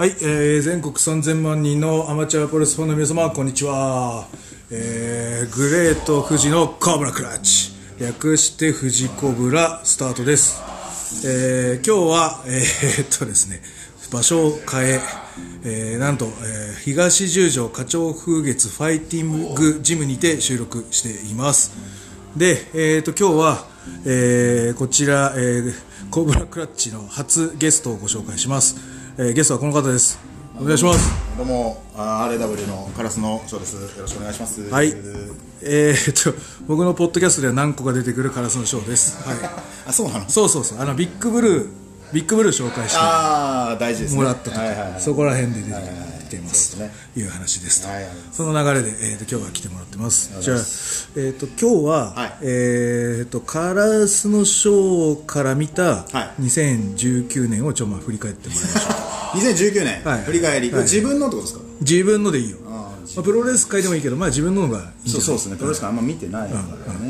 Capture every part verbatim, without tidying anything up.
はい、えー、全国さんぜんまんにんのアマチュアプロレスファンの皆様、こんにちは。えー、グレート富士のコブラクラッチ、略して富士コブラスタートです。えー、今日は、えー、っとですね、場所を変え、えー、なんと、えー、東十条花鳥風月ファイティングジムにて収録しています。で、えー、っと今日は、えー、こちら、えー、コブラクラッチの初ゲストをご紹介します。えー、ゲストはこの方です。お願いします。 どうも、アールエーダブリュー のカラスの翔です。よろしくお願いします。 はい。えー、っと僕のポッドキャストでは何個か出てくるカラスの翔です。はい。 あ、そうなの？ そうそうそう。あのビッグブルービッグブルー紹介してあ大事ですね、 もらったとか、 はいはいはい、 そこら辺で出てきています、はいはい、という話ですと、はいはい、その流れで、えー、と今日は来てもらってます。じゃあ、えー、と今日は、はい、えー、とカラスの翔から見たにせんじゅうきゅうねんをちょっとまあ振り返ってもらいましょう。にせんじゅうきゅうねん、はい、 振り返り、はい、自分のってことですか？ 自分のでいいよ。あ、まあ、プロレス界でもいいけど、まあ、自分の方がいいんじゃない？ そうそうですね、プロレス界あんま見てないからね、うんうん、あ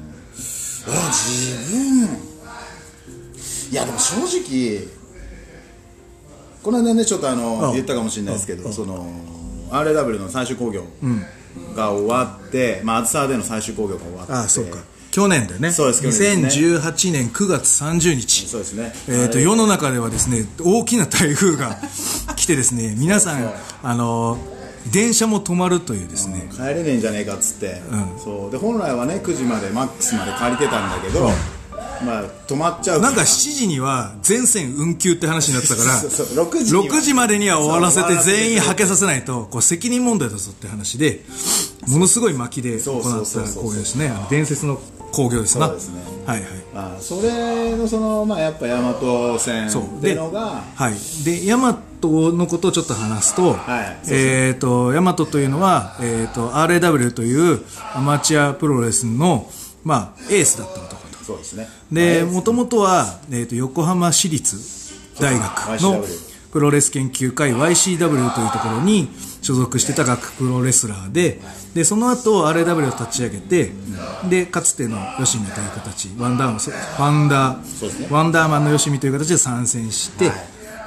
自分いやでも正直この間ねちょっとあの言ったかもしれないですけど、その アールエーダブリュー の最終興行が終わって、まあ、あずさわでの最終興行が終わって、 ああそうか、去年だよね。そうです、去年ですね。にせんじゅうはちねんくがつさんじゅうにち。 そうですね。 えっと世の中ではですね、大きな台風が来てですね、皆さんあの電車も止まるというですね、 うん、帰れねえんじゃねえかっつって、うん、そうで本来はねくじまでマックスまで借りてたんだけど、うん、まあ止まっちゃうから、 なんかしちじには全線運休って話になってたからそうそうそう ろく, 時ろくじまでには終わらせて全員はけさせないとこう責任問題だぞって話で、ものすごい巻きで行った興行ですね。伝説の興行ですな。そうですね、はいはい、 あそれのそのまあやっぱ大和戦っていうのが、 はい、で大和のことをちょっと話すと、はい、えっと大和というのは、えー、と アールエーダブリュー というアマチュアプロレスのまあエースだった男と。 そうですね。 でもともとは、えー、と横浜市立大学のプロレス研究会 ワイシーダブリュー というところに所属してた学プロレスラーで、でその後 アールエーダブリュー を立ち上げて、うん、でかつての吉見という形ワンダーマン、ワンダー、ね、ワンダーマンの吉見という形で参戦して、はい、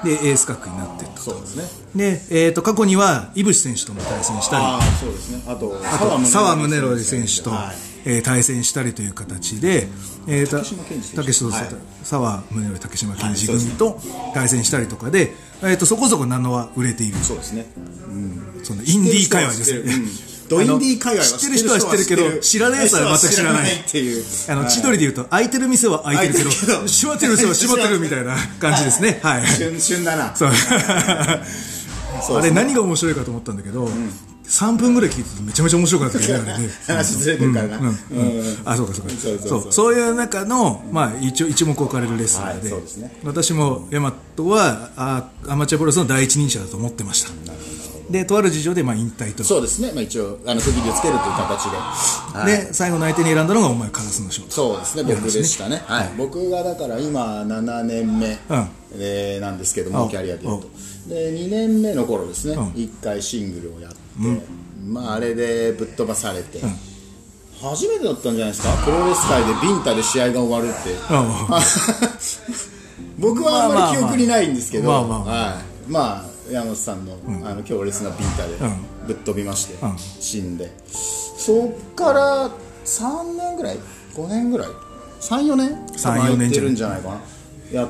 でエース格になっていったと。 そうですね。 で、えー、と過去には井伏選手とも対戦したり、 あそうですね、あと澤宗則選手と、はい、えー、対戦したりという形で、えー、と竹下澤宗則竹島健二組と対戦したりとかで、えー、とそこそこ名のは売れている。 そうですね、うん、 そのインディー界隈ですね。 ドインディー界隈は知ってる人は知ってるけど知らない人は全く知らないっていう、あの千鳥でいうと開いてる店は開いてるけど閉まってる店は閉まってるみたいな感じですね。はい、 旬だな。 そうあれ何が面白いかと思ったんだけど、さんぷんぐらい聞いててめちゃめちゃ面白くなってきて、 話ずれてるからな。 あ、そうかそうか、そうそういう中のまあ一応一目置かれるレスラーで、私も大和はアマチュアプロレスの第一人者だと思ってました。でとある事情でまあ引退と。 そうですね、まあ、一応あの区切りをつけるという形で、 はい、で最後の相手に選んだのがお前カラスの翔。 そうですね、僕でしたね、はい、僕がだから今ななねんめ、うん、えー、なんですけども、キャリアでいうとでにねんめの頃ですね、うん、いっかいシングルをやって、うん、まああれでぶっ飛ばされて、うん、初めてだったんじゃないですか、プロレス界でビンタで試合が終わるって、うん、僕はあんまり記憶にないんですけど、まあまあまあ、はい、まあ山本さん の,、うん、あの強烈なビンタでぶっ飛びまして、うん、死んで、そっからさんねんぐらいごねんぐらいさんよねん入ってるんじゃないかな、やって、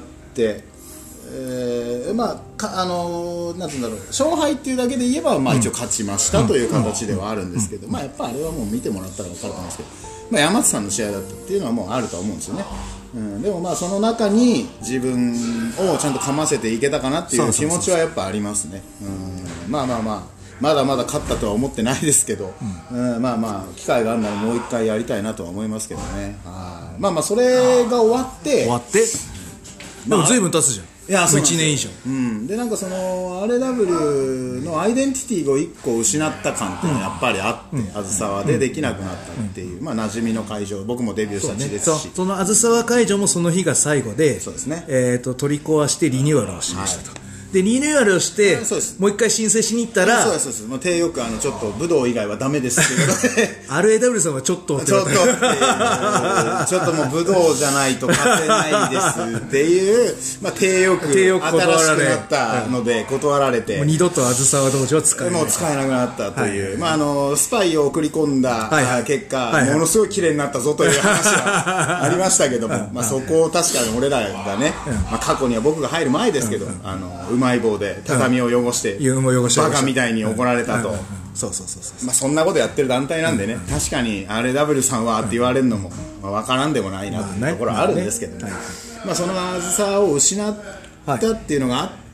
えー、まあかあのー、なんていうんだろう、勝敗っていうだけで言えば、まあ、一応勝ちましたという形ではあるんですけど、まあやっぱあれはもう見てもらったら分かると思うんですけど、まあ、山本さんの試合だったっていうのはもうあるとは思うんですよね。うん、でもまあその中に自分をちゃんとかませていけたかなっていう気持ちはやっぱありますね。うん、まあまあまあまだまだ勝ったとは思ってないですけど、うんうん、まあまあ機会があるならもう一回やりたいなとは思いますけどね。あまあまあそれが終わって終わってでも随分経つじゃん。いや、いちねん以上、 うん、でなんかその アールエーダブリュー のアイデンティティをいっこ失った感っていうのはやっぱりあって、あずさわでできなくなったっていう、うん、まあ馴染みの会場、僕もデビューした地ですし、 そ, ね、そ, そのあずさわ会場もその日が最後で、そうですね、えー、と取り壊してリニューアルをしましたと、はでリニューアルをしてもう一回申請しに行ったら、 そうですそうです、もう手よくあのちょっと武道以外はダメですっていうことでアールエーダブリュー さんはちょっとってちょっとっていうちょっともう武道じゃないと勝てないですっていう、まあ、手よく新しくなったので断られて、 もう二度とあずさわ道場は使えない、 もう使えなくなったという、はい、まあ、あのスパイを送り込んだ、はいはい、結果、はいはい、ものすごい綺麗になったぞという話がありましたけども、まあ、そこを確かに俺らがね、まあ、過去には僕が入る前ですけど、あのうまい棒で畳を汚して、うん、バカみたいに怒られたと、うんうんうん、 そうそうそうそう、 まあ、そんなことやってる団体なんでね、うん、確かに アールエーダブリュー さんはって言われるのも、まあ、分からんでもないなというところはあるんですけどね、まあね、まあ、そのあずさを失ったっていうのがあって、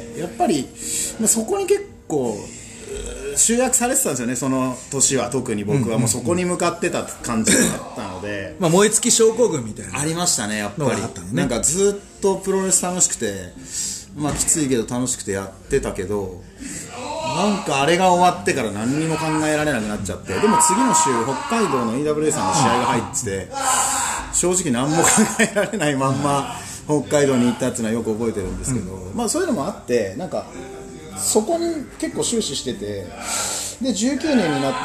はい、やっぱり、まあ、そこに結構集約されてたんですよね、その年は。特に僕はもうそこに向かってた感じだったので、 まあ燃え尽き症候群みたいなありましたね、やっぱり、ね、なんかずっとプロレス楽しくて、まあきついけど楽しくてやってたけど、なんかあれが終わってから何にも考えられなくなっちゃって、でも次の週北海道の イーダブリューエー さんの試合が入ってて、正直何も考えられないまんま北海道に行ったっていうのはよく覚えてるんですけど、うん、まあそういうのもあって、なんかそこに結構終始してて、でじゅうきゅうねんになって、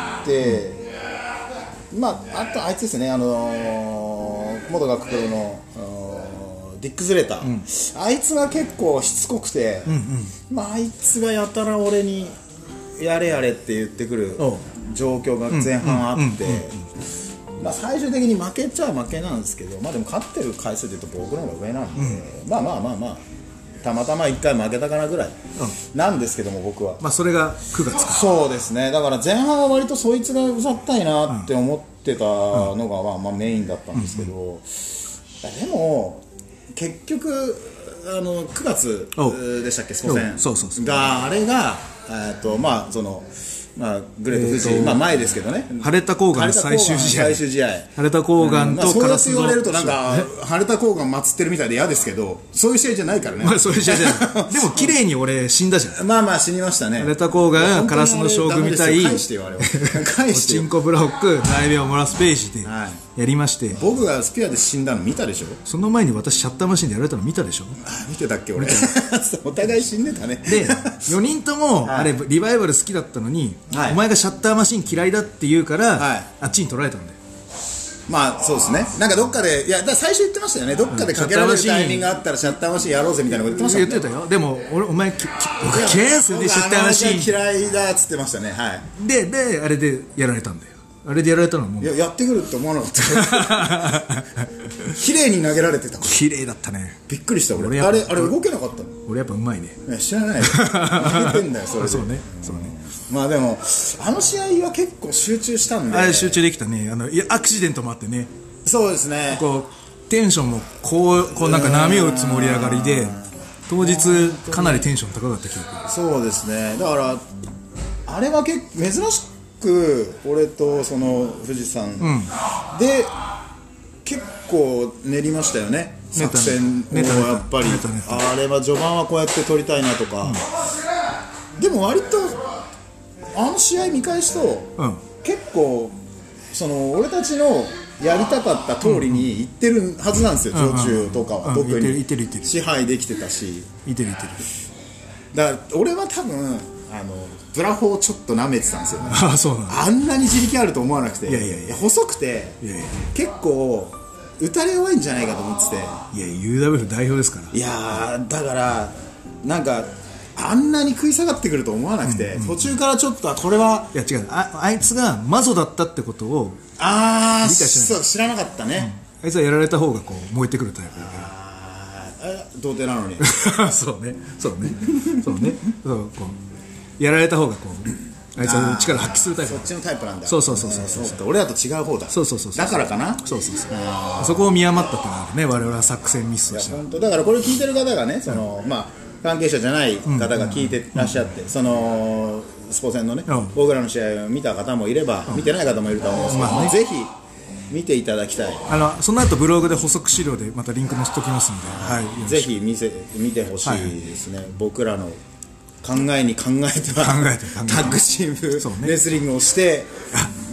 まああとあいつですね、あのー、元学プロのディック・ズレーター、うん、あいつが結構しつこくて、うんうん、まあ、あいつがやたら俺にやれやれって言ってくる状況が前半あって、まあ最終的に負けちゃ負けなんですけど、まあでも勝ってる回数でいうと僕の方が上なんで、うん、まあまあまあまあたまたまいっかい負けたかなぐらいなんですけども、僕は、 まあ、それがくがつか。 そうですね、だから前半は割とそいつがうざったいなって思ってたのがまあまあメインだったんですけど、うんうん、でも結局あのくがつでしたっけ、スポセンそうそうそうが、あれがえっとまあそのまあ、グレート富士、えーまあ、前ですけどね、 晴れた高岩最終試合、 最終試合晴れた高岩と、うんまあ、 そうやって言われるとなんか晴れた高岩祀ってるみたいで嫌ですけど、そういう試合じゃないからね、 まあ、そういう試合じゃないでも綺麗に俺死んだじゃん。 まあまあ死にましたね。 晴れた高岩カラスの将軍みたい返してよあれを返してよチンコブロック内病を漏らすページでやりまして、はい、 僕がスピアで死んだの見たでしょ。 その前に私シャッターマシンでやられたの見たでしょ。 あ見てたっけ俺お互い死んでたね。 でよにんともあれリバイバル好きだったのに、はい、お前がシャッターマシン嫌いだって言うから、はい、あっちに取られたんだよ。 まあそうですね、なんかどっかでいやだ最初言ってましたよね、どっかでかけられるタイミングがあったらシャッターマシンやろうぜみたいなこと言ってましたもんね。 言ってたよ。でも俺お前き僕嫌いですよね、シャッターマシン嫌いだっつってましたね。はい。 でであれでやられたんだよ。あれでやられたのはもうや, やってくるって思わなかった綺麗に投げられてた。 綺麗だったね。 びっくりした俺。あれあれ動けなかったの。 俺やっぱうまいね。 知らないよ見てんだよそれでそうねそうね。 まあでもあの試合は結構集中したんで、 あれ集中できたね。あのいやアクシデントもあってね。 そうですね、 こうテンションもこうこうなんか波を打つ盛り上がりで、当日かなりテンション高かった記憶。 そうですね、だからあれは結構珍しく俺とその富士山で結構練りましたよね、うん、作戦をやっぱりあれは序盤はこうやって取りたいなとか、うん、でも割とあの試合見返すと、うん、結構その俺たちのやりたかった通りにいってるはずなんですよ、常駐とかは特に支配できてたし、 いてるいてる。 だから俺は多分あのブラフォーちょっと舐めてたんですよね。 あ, そうなんあんなに自力あると思わなくて、 いやいやいや細くていやいや結構打たれ弱いんじゃないかと思ってて、 いや ユーダブリュー 代表ですから。 いやだからなんかあんなに食い下がってくると思わなくて、うんうん、途中からちょっとこれはいや違う あ, あいつがマゾだったってことをああそう知らなかったね、 うん、あいつはやられた方がこう燃えてくるタイプだから。 あ童貞なのにそうねそうねそうねそうこうやられた方がこうあいつは力発揮するタイプ。 そっちのタイプなんだ。 そうそうそうそうそうそう。 俺らと違う方だ。 そうそうそうそう。 だからかな。 そうそうそう。そこを見余ったってのはね、我々は作戦ミスをした。 本当だからこれ聞いてる方がね、その、うん、まあ関係者じゃない方が聞いてらっしゃって、うん、そのスポセンのね、うん、僕らの試合を見た方もいれば、うん、見てない方もいると思うんですけど、まあね、ぜひ見ていただきたい。 あのその後ブログで補足資料でまたリンク載せときますんで、はい、 ぜひ見せ見てほしいですね、はい、僕らの考えに考えてはタッグチームレスリングをして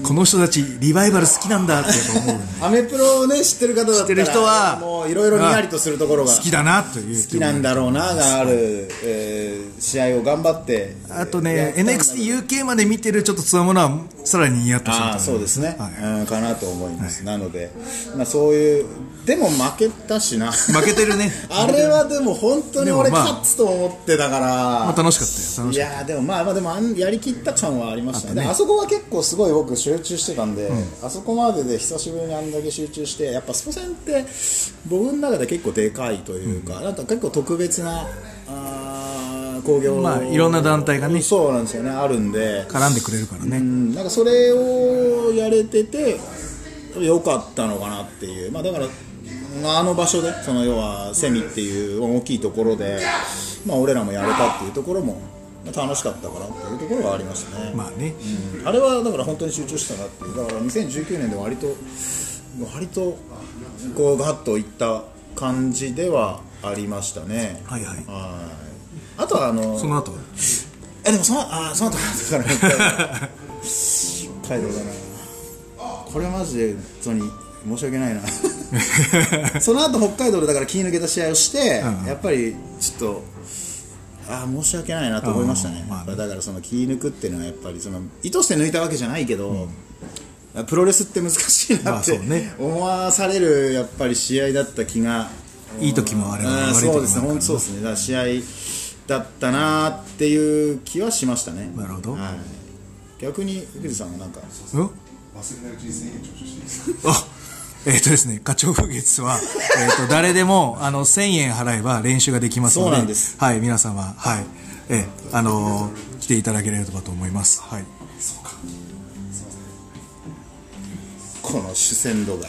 この人たちリバイバル好きなんだって思う、ね、 アメプロをね知ってる方だったら知ってる人はもういろいろにやりとするところが好きだなという好きなんだろうながある、えー、試合を頑張ってあとね エヌエックスティーユーケー まで見てるちょっとつわものはさらに似合ってほしいと思う。 あそうですね、はい、うん、かなと思います、はい、なので、まあ、そういうでも負けたしな負けてるねあれはでも本当に俺勝つと思ってたから、 まあ、楽しかったよ楽しかった。 いやでもまあまあでもやりきった感はありましたね。 あ, ねあそこは結構すごい僕集中してたんで、うん、あそこまでで久しぶりにあんだけ集中してやっぱスポ戦って僕の中で結構でかいというか、うん、なんか結構特別なあ工業、 まあ、いろんな団体がねそうなんですよねあるんで絡んでくれるからね、 うん、なんかそれをやれてて良かったのかなっていう、まあ、だからあの場所でその要はセミっていう大きいところで、まあ、俺らもやれたっていうところも楽しかったからっていうところはありましたね。 まあね、 うん、あれはだから本当に集中したなっていう。だからにせんじゅうきゅうねんで割と割とこうガッといった感じではありましたね。 はいはい。 はいあとはあのその後えでもそのあその後だから北海道だな。これはマジで本当に申し訳ないなその後北海道でだから気抜けた試合をして、うん、やっぱりちょっとあ申し訳ないなと思いましたね、まあ、だからその気抜くっていうのはやっぱりその意図して抜いたわけじゃないけど、うん、プロレスって難しいなって思わされるやっぱり試合だった気がいい時もあれば悪い時もあるから、 そうですね本当そうですね。だから試合だったなっていう気はしましたね。 なるほど、はい、 逆に福士さんはなんか忘れないうちにせんえん徴収していいですかあえーとですね、課長風月は、えーと誰でもあのせんえん払えば練習ができますので、 そうなんです。 はい、皆様、はい、えー、あのー、来ていただければと思います。はい。 そうか。この主戦度が。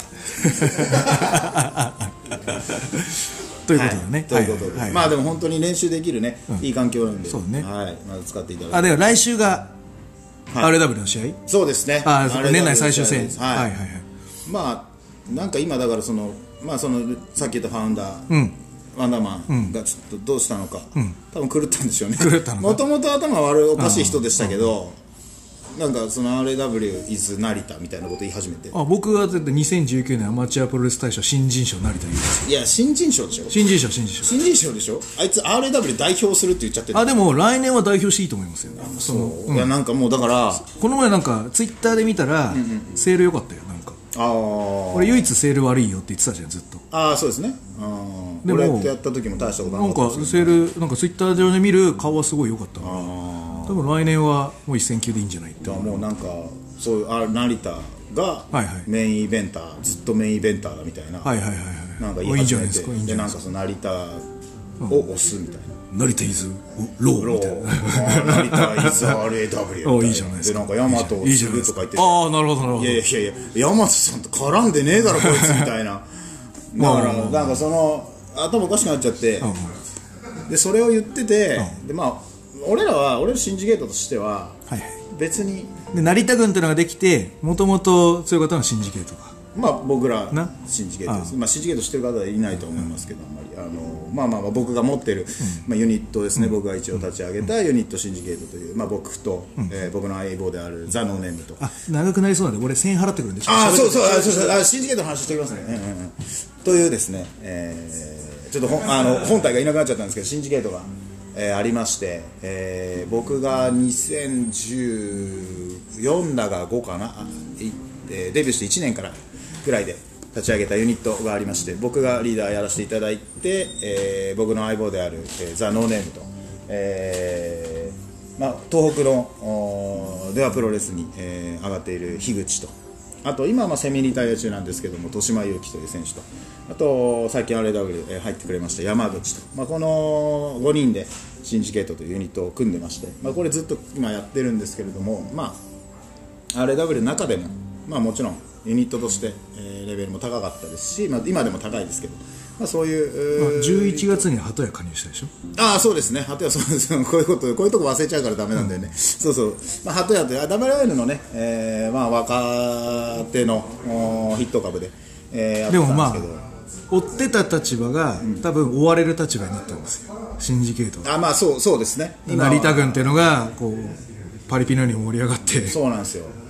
ということでね。 ということで、はいはい、まあでも本当に練習できるね、うん、いい環境なんで、 そうね。 はい、まだ使っていただいて。 あ、では来週が アールダブリュー の試合？ そうですね。 あ、年内最終戦。 はい、はいはいはい。まあなんか今だからそのまあそのさっき言ったファウンダー、うん、ワンダーマンがちょっとどうしたのか、うん、多分狂ったんでしょうね。 狂ったのか。 もともと頭悪いおかしい人でしたけど、なんかその アールエーダブリュー is 成田みたいなこと言い始めて。 あ、僕はにせんじゅうきゅうねんアマチュアプロレス大賞新人賞成田言います。 いや新人賞でしょ。 新人賞新人賞。 新人賞でしょ。あいつ アールエーダブリュー 代表するって言っちゃってる。 あでも来年は代表していいと思いますよ。 そう。うん、いやなんかもうだからこの前なんかツイッターで見たら、うんうん、セール良かったよなんか。あ俺唯一セール悪いよって言ってたじゃんずっと。 ああそうですね。あでも俺ってやった時も大したことなかったなんかセールなんかツイッター上で見る顔はすごい良かったから多分来年はもう一戦級でいいんじゃないってもうなんかそういうあ成田がメインイベンター、はいはい、ずっとメインイベンターだみたいなはいはいはいはいなんか言い始めてでなんかその成田を押すみたいな、 うん、成田イズローみたいな成田イズ アールエーダブリュー みたいな。 いいじゃないですか。 でなんかヤマトをするとか言ってああなるほどなるほど。 いやいやいやヤマトさんと絡んでねえだろこいつみたいなだからなんかその頭おかしくなっちゃって、うん、でそれを言ってて、うん、でまあ俺らは俺のシンジゲートとしては、はいはい、別にで成田軍っていうのができてもともと強かったのはシンジゲートかまあ僕らシンジゲートです。ああまあシンジゲートしてる方はいないと思いますけど、うん、あんまりあのまあまあまあ僕が持ってる、うんまあ、ユニットですね、うん、僕が一応立ち上げたユニットシンジゲートというまあ僕と、うんえー、僕の相棒であるザ・ノーネームとあ長くなりそうなんで俺せんえん払ってくるんでああそうそうそうそうあシンジゲートの話しておきますね、うんうんうん、というですね、えー、ちょっとほあの本体がいなくなっちゃったんですけどシンジゲートがえー、ありまして、えー、僕がにせんじゅうよんだがごかなあ、えー、デビューしていちねんからぐらいで立ち上げたユニットがありまして僕がリーダーやらせていただいて、えー、僕の相棒である、えー、ザ・ノーネームと、えーまあ、東北のではプロレスに、えー、上がっている樋口とあと今はまあセミリタイア中なんですけども豊島祐希という選手とあと最近 アールエーダブリュー 入ってくれました山口と、まあ、このごにんでシンジゲートというユニットを組んでまして、まあ、これずっと今やってるんですけれども、まあ、アールエーダブリュー の中でも、まあ、もちろんユニットとして、えー、レベルも高かったですし、まあ、今でも高いですけど、まあ、そういう、 まあ、じゅういちがつに鳩屋加入したでしょ。 ああそうですね鳩屋そうですこういうことこういうとこ忘れちゃうからダメなんだよね、うん、そうそう、まあ、鳩屋って ダブリューアイエル のね、えーまあ、若手のヒット株で、えー、やってたんですけどでもまあ追ってた立場が、うん、多分追われる立場になったんですよシンジゲートあまあそうそうですね成田軍っていうのがこうパリピのように盛り上がってそうなんですよ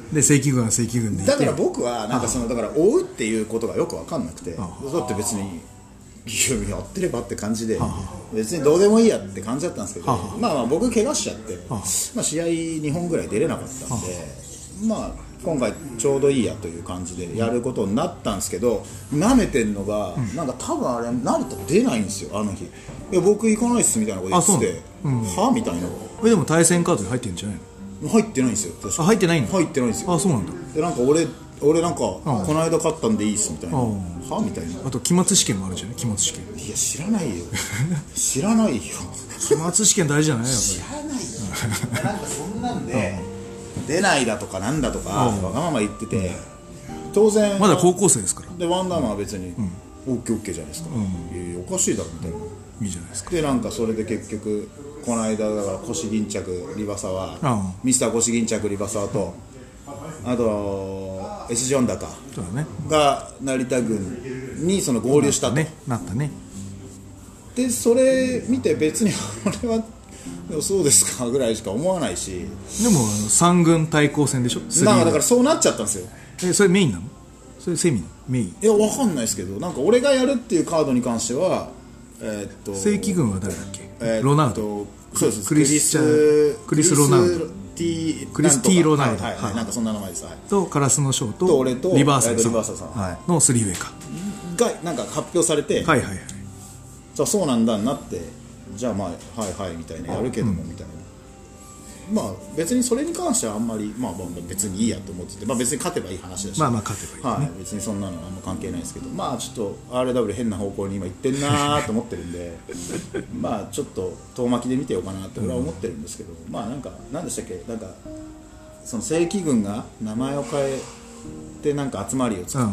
で正規軍は正規軍でいて、 だから僕はなんかそのだから追うっていうことがよく分かんなくて、だって別にやってればって感じで、別にどうでもいいやって感じだったんですけど、まあまあ僕怪我しちゃって、まあ試合にほんぐらい出れなかったんで、まあ今回ちょうどいいやという感じでやることになったんですけど、舐めてんのがなんか多分あれ成田出ないんですよ、あの日。いや僕行かないっすみたいなこと言ってて、はみたいな。 えでも対戦カードに入ってるんじゃないの？ 入ってないんですよ。確かあ入ってないの？ 入ってないんですよ。 あそうなんだ。 でなんか俺俺なんかこの間勝ったんでいいっすみたいな。はみたいな。 あと期末試験もあるじゃない？期末試験。 いや知らないよ。知らないよ。 期末試験大事じゃない？やっぱり知らないよ。なんかそんなんで出ないだとかなんだとかわがまま言ってて、当然まだ高校生ですから。 でワンダーマンは別にオッケーオッケーじゃないですか。いやおかしいだろみたいな。 いいじゃないですか。 でなんかそれで結局この間だから腰巾着リバサワミスター腰巾着リバサワとあと エス ジョンダカが成田軍にその合流したとねなったね。 でそれ見て別に俺はそうですかぐらいしか思わないし、 でも三軍対抗戦でしょ。 まあだからそうなっちゃったんですよ。 えそれメインなの？それセミメイン？ いやわかんないですけど、なんか俺がやるっていうカードに関してはえー、っと正規軍は誰だっけ？ えー、 ロナウド。 そうです。 クリスチャクリスロナウド。クリスティロナウド。 はいはい、なんかそんな名前です。はい、 とカラスのショーとと俺とリバーサさん、 はい、 のスリーウェイかがなんか発表されて、 はいはいはい。 じゃあそうなんだなって、じゃあまあはいはいみたいなやるけども、うん、みたいな。まあ別にそれに関してはあんまりまあ別にいいやと思ってて、まあ別に勝てばいい話だし、 まあまあ勝てばいい、ね、 はい、別にそんなのあんま関係ないですけど、まあちょっと アールダブリュー 変な方向に今行ってんなと思ってるんでまあちょっと遠巻きで見てようかなって俺は思ってるんですけど、うん、まあなんか何でしたっけ、なんかその正規軍が名前を変えてなんか集まりを作って、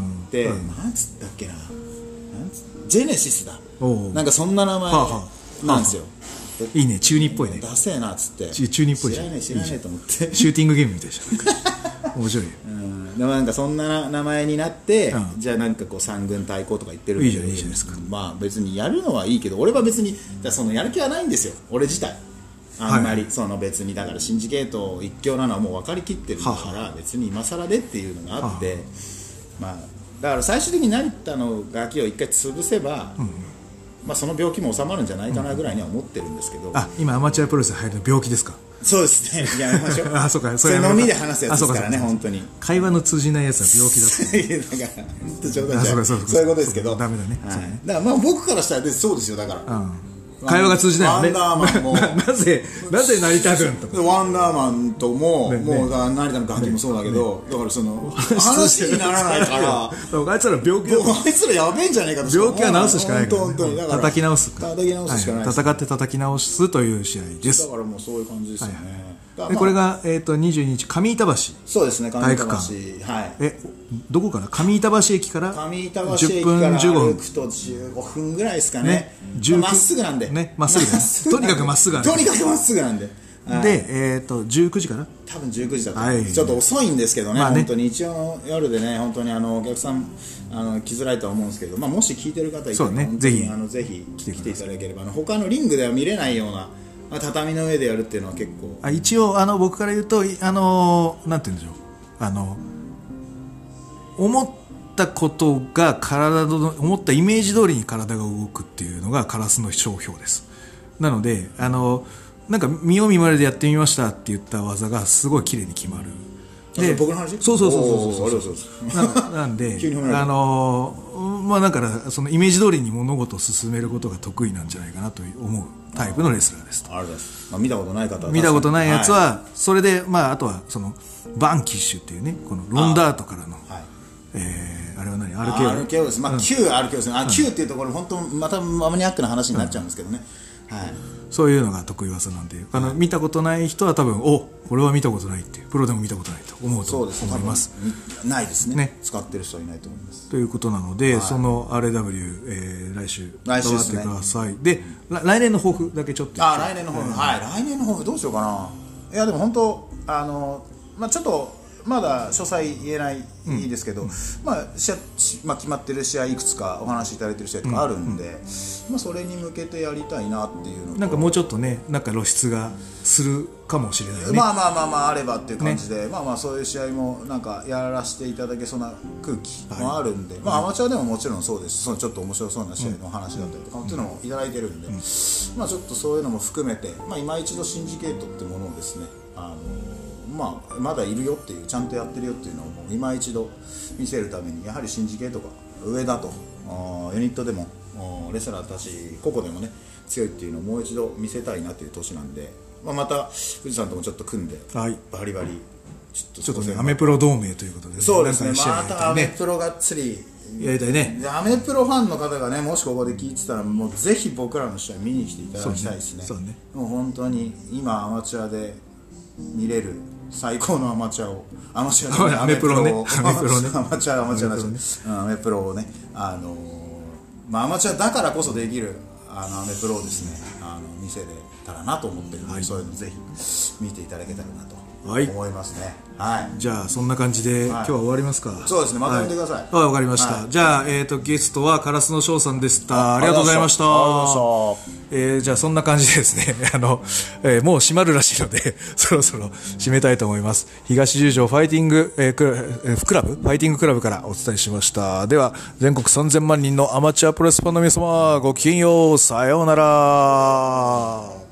うんうん、なんつったっけな、なんつジェネシスだ、なんかそんな名前なんですよ。 いいね、中二っぽいね。 ダセえなっつって中二っぽいじゃん。 知らない知らないと思ってシューティングゲームみたいじゃん面白いよ、 うん、でもなんかそんな名前になって、うん、じゃあなんかこう三軍対抗とか言ってるんで、 いいじゃんいいじゃないですか。 まあ別にやるのはいいけど、俺は別にじゃそのやる気はないんですよ、俺自体あんまり、はい、その別にだからシンジケート一強なのはもう分かりきってるから、はは別に今更でっていうのがあって、ははまあだから最終的に成田のガキを一回潰せば、うんまあ、その病気も収まるんじゃないかなぐらいには思ってるんですけど、うん、 あ今アマチュアプロレス入るの病気ですか？ そうですね、やめましょうあそうか、 それ飲みで話すやつですからね、本当に会話の通じないやつは病気だってだから本当冗談じゃない、そういうことですけど、ダメだね、はい、ねだからまあ僕からしたらそうですよ、だから、うん会話が通じないよね。 ワンダーマンもなぜなぜ成田軍とワンダーマンとも、ね、もう成田のガキもそうだけど、ね、だからその話にならないからあいつら病気だあいつらやべえんじゃねえかと病気は治すしかないから、ね、 本当にだから叩き直すか叩き直すしかない、 はい、戦って叩き直すという試合です。 だからもうそういう感じですよね、はいはいまあ、でこれが、えー、とにじゅうににち上板橋、 そうですね、上板橋、はい、 えどこから上板橋駅から上板橋駅から歩くとじゅうごふんぐらいですかね、まあ、まっすぐなんでね、まっすぐですとにかくまっすぐとにかくまっすぐなんで、 はい、で、えー、とじゅうくじかな、 多分じゅうくじだと、はい、ちょっと遅いんですけどね、まあ、ね本当に一応夜でね、本当にあのお客さんあの来づらいとは思うんですけど、まあ、もし聞いてる方いたら、ね、ぜひあのぜひ来て来ていただければ、あの他のリングでは見れないような畳の上でやるっていうのは結構あ一応あの僕から言うとあのなんて言うんでしょう、あの思ったことが体の思ったイメージ通りに体が動くっていうのがカラスの商標です。なのであのなんか見よう見まねでやってみましたって言った技がすごい綺麗に決まる。 で僕の話そうそうそうそうそうそうな, なんであのまあだからそのイメージ通りに物事を進めることが得意なんじゃないかなと思うタイプのレスラーですと。 あれです、まあ、見たことない方は見たことないやつは、はい、それでまああとはそのバンキッシュっていうね、このロンダートからのあ、はいえー、あれは何 アールケーオーアールケーオー です、まあ、旧 アールケーオー ですね、あ、旧っていうところ本当またマニアックな話になっちゃうんですけどね、うんはい、 そういうのが得意技なんで、あの見たことない人は多分おこれは見たことないってプロでも見たことないと思うと思います。 ないです ね, ね使ってる人はいないと思いますということなので、はい、その アールダブリュー、えー、来週頑張ってください。で、ね、来年の抱負だけちょっとあ来年の抱負、えー、はい来年の抱負どうしようかな。いやでも本当あの、まあ、ちょっとまだ詳細言えないですけど、うん、まあ試合まあ、決まってる試合いくつかお話しいただいてる試合とかあるんで、うんうん、まあ、それに向けてやりたいなっていうのと、 なんかもうちょっとね、なんか露出がするかもしれないね。 まあまあまあまああればっていう感じで、ね、まあまあそういう試合もなんかやらせていただけそうな空気もあるんで、はい、まあアマチュアでももちろんそうですし、そのちょっと面白そうな試合の話だったりとか、うん、っていうのもいただいてるんで、うん、まあちょっとそういうのも含めて、まあ今一度シンジケートってものをですね、あのまあ、まだいるよっていう、ちゃんとやってるよっていうのをもう今一度見せるために、やはりシンジケートが上だと、ユニットでもレスラーたち個々でもね強いっていうのをもう一度見せたいなっていう年なんで、まあ、また富士山ともちょっと組んで、はい、バリバリちょっとちょっとねアメプロ同盟ということで、ね、 そうですね、またアメプロがっつりやりたいね。 アメプロファンの方がね、もしここで聞いてたら、もうぜひ僕らの試合見に来ていただきたいですね。 そうね、 もう本当に今アマチュアで見れる最高のアマチュアを、アマチュアで、ね、 アメプロね、アメプロね、 アマチュアアマチュアだし、アメプロをね、あのー、まあアマチュアだからこそできるあのアメプロをですね、あの見せれたらなと思ってるので、はい、そういうのぜひ見ていただけたらなと思いますね。はい。 じゃあそんな感じで、はい、今日は終わりますか。 そうですね。まとめてください。 はい、わかりました。はい、じゃあえっ、ー、とゲストは烏野翔さんでした。ありがとうございました。えー、じゃあそんな感じでですね、あの、えー、もう閉まるらしいのでそろそろ締めたいと思います。東十条ファイティング、えー、クラ、えー、クラブファイティングクラブからお伝えしました。では全国さんぜんまんにんのアマチュアプロレスファンの皆様、ごきげんよう。さようなら。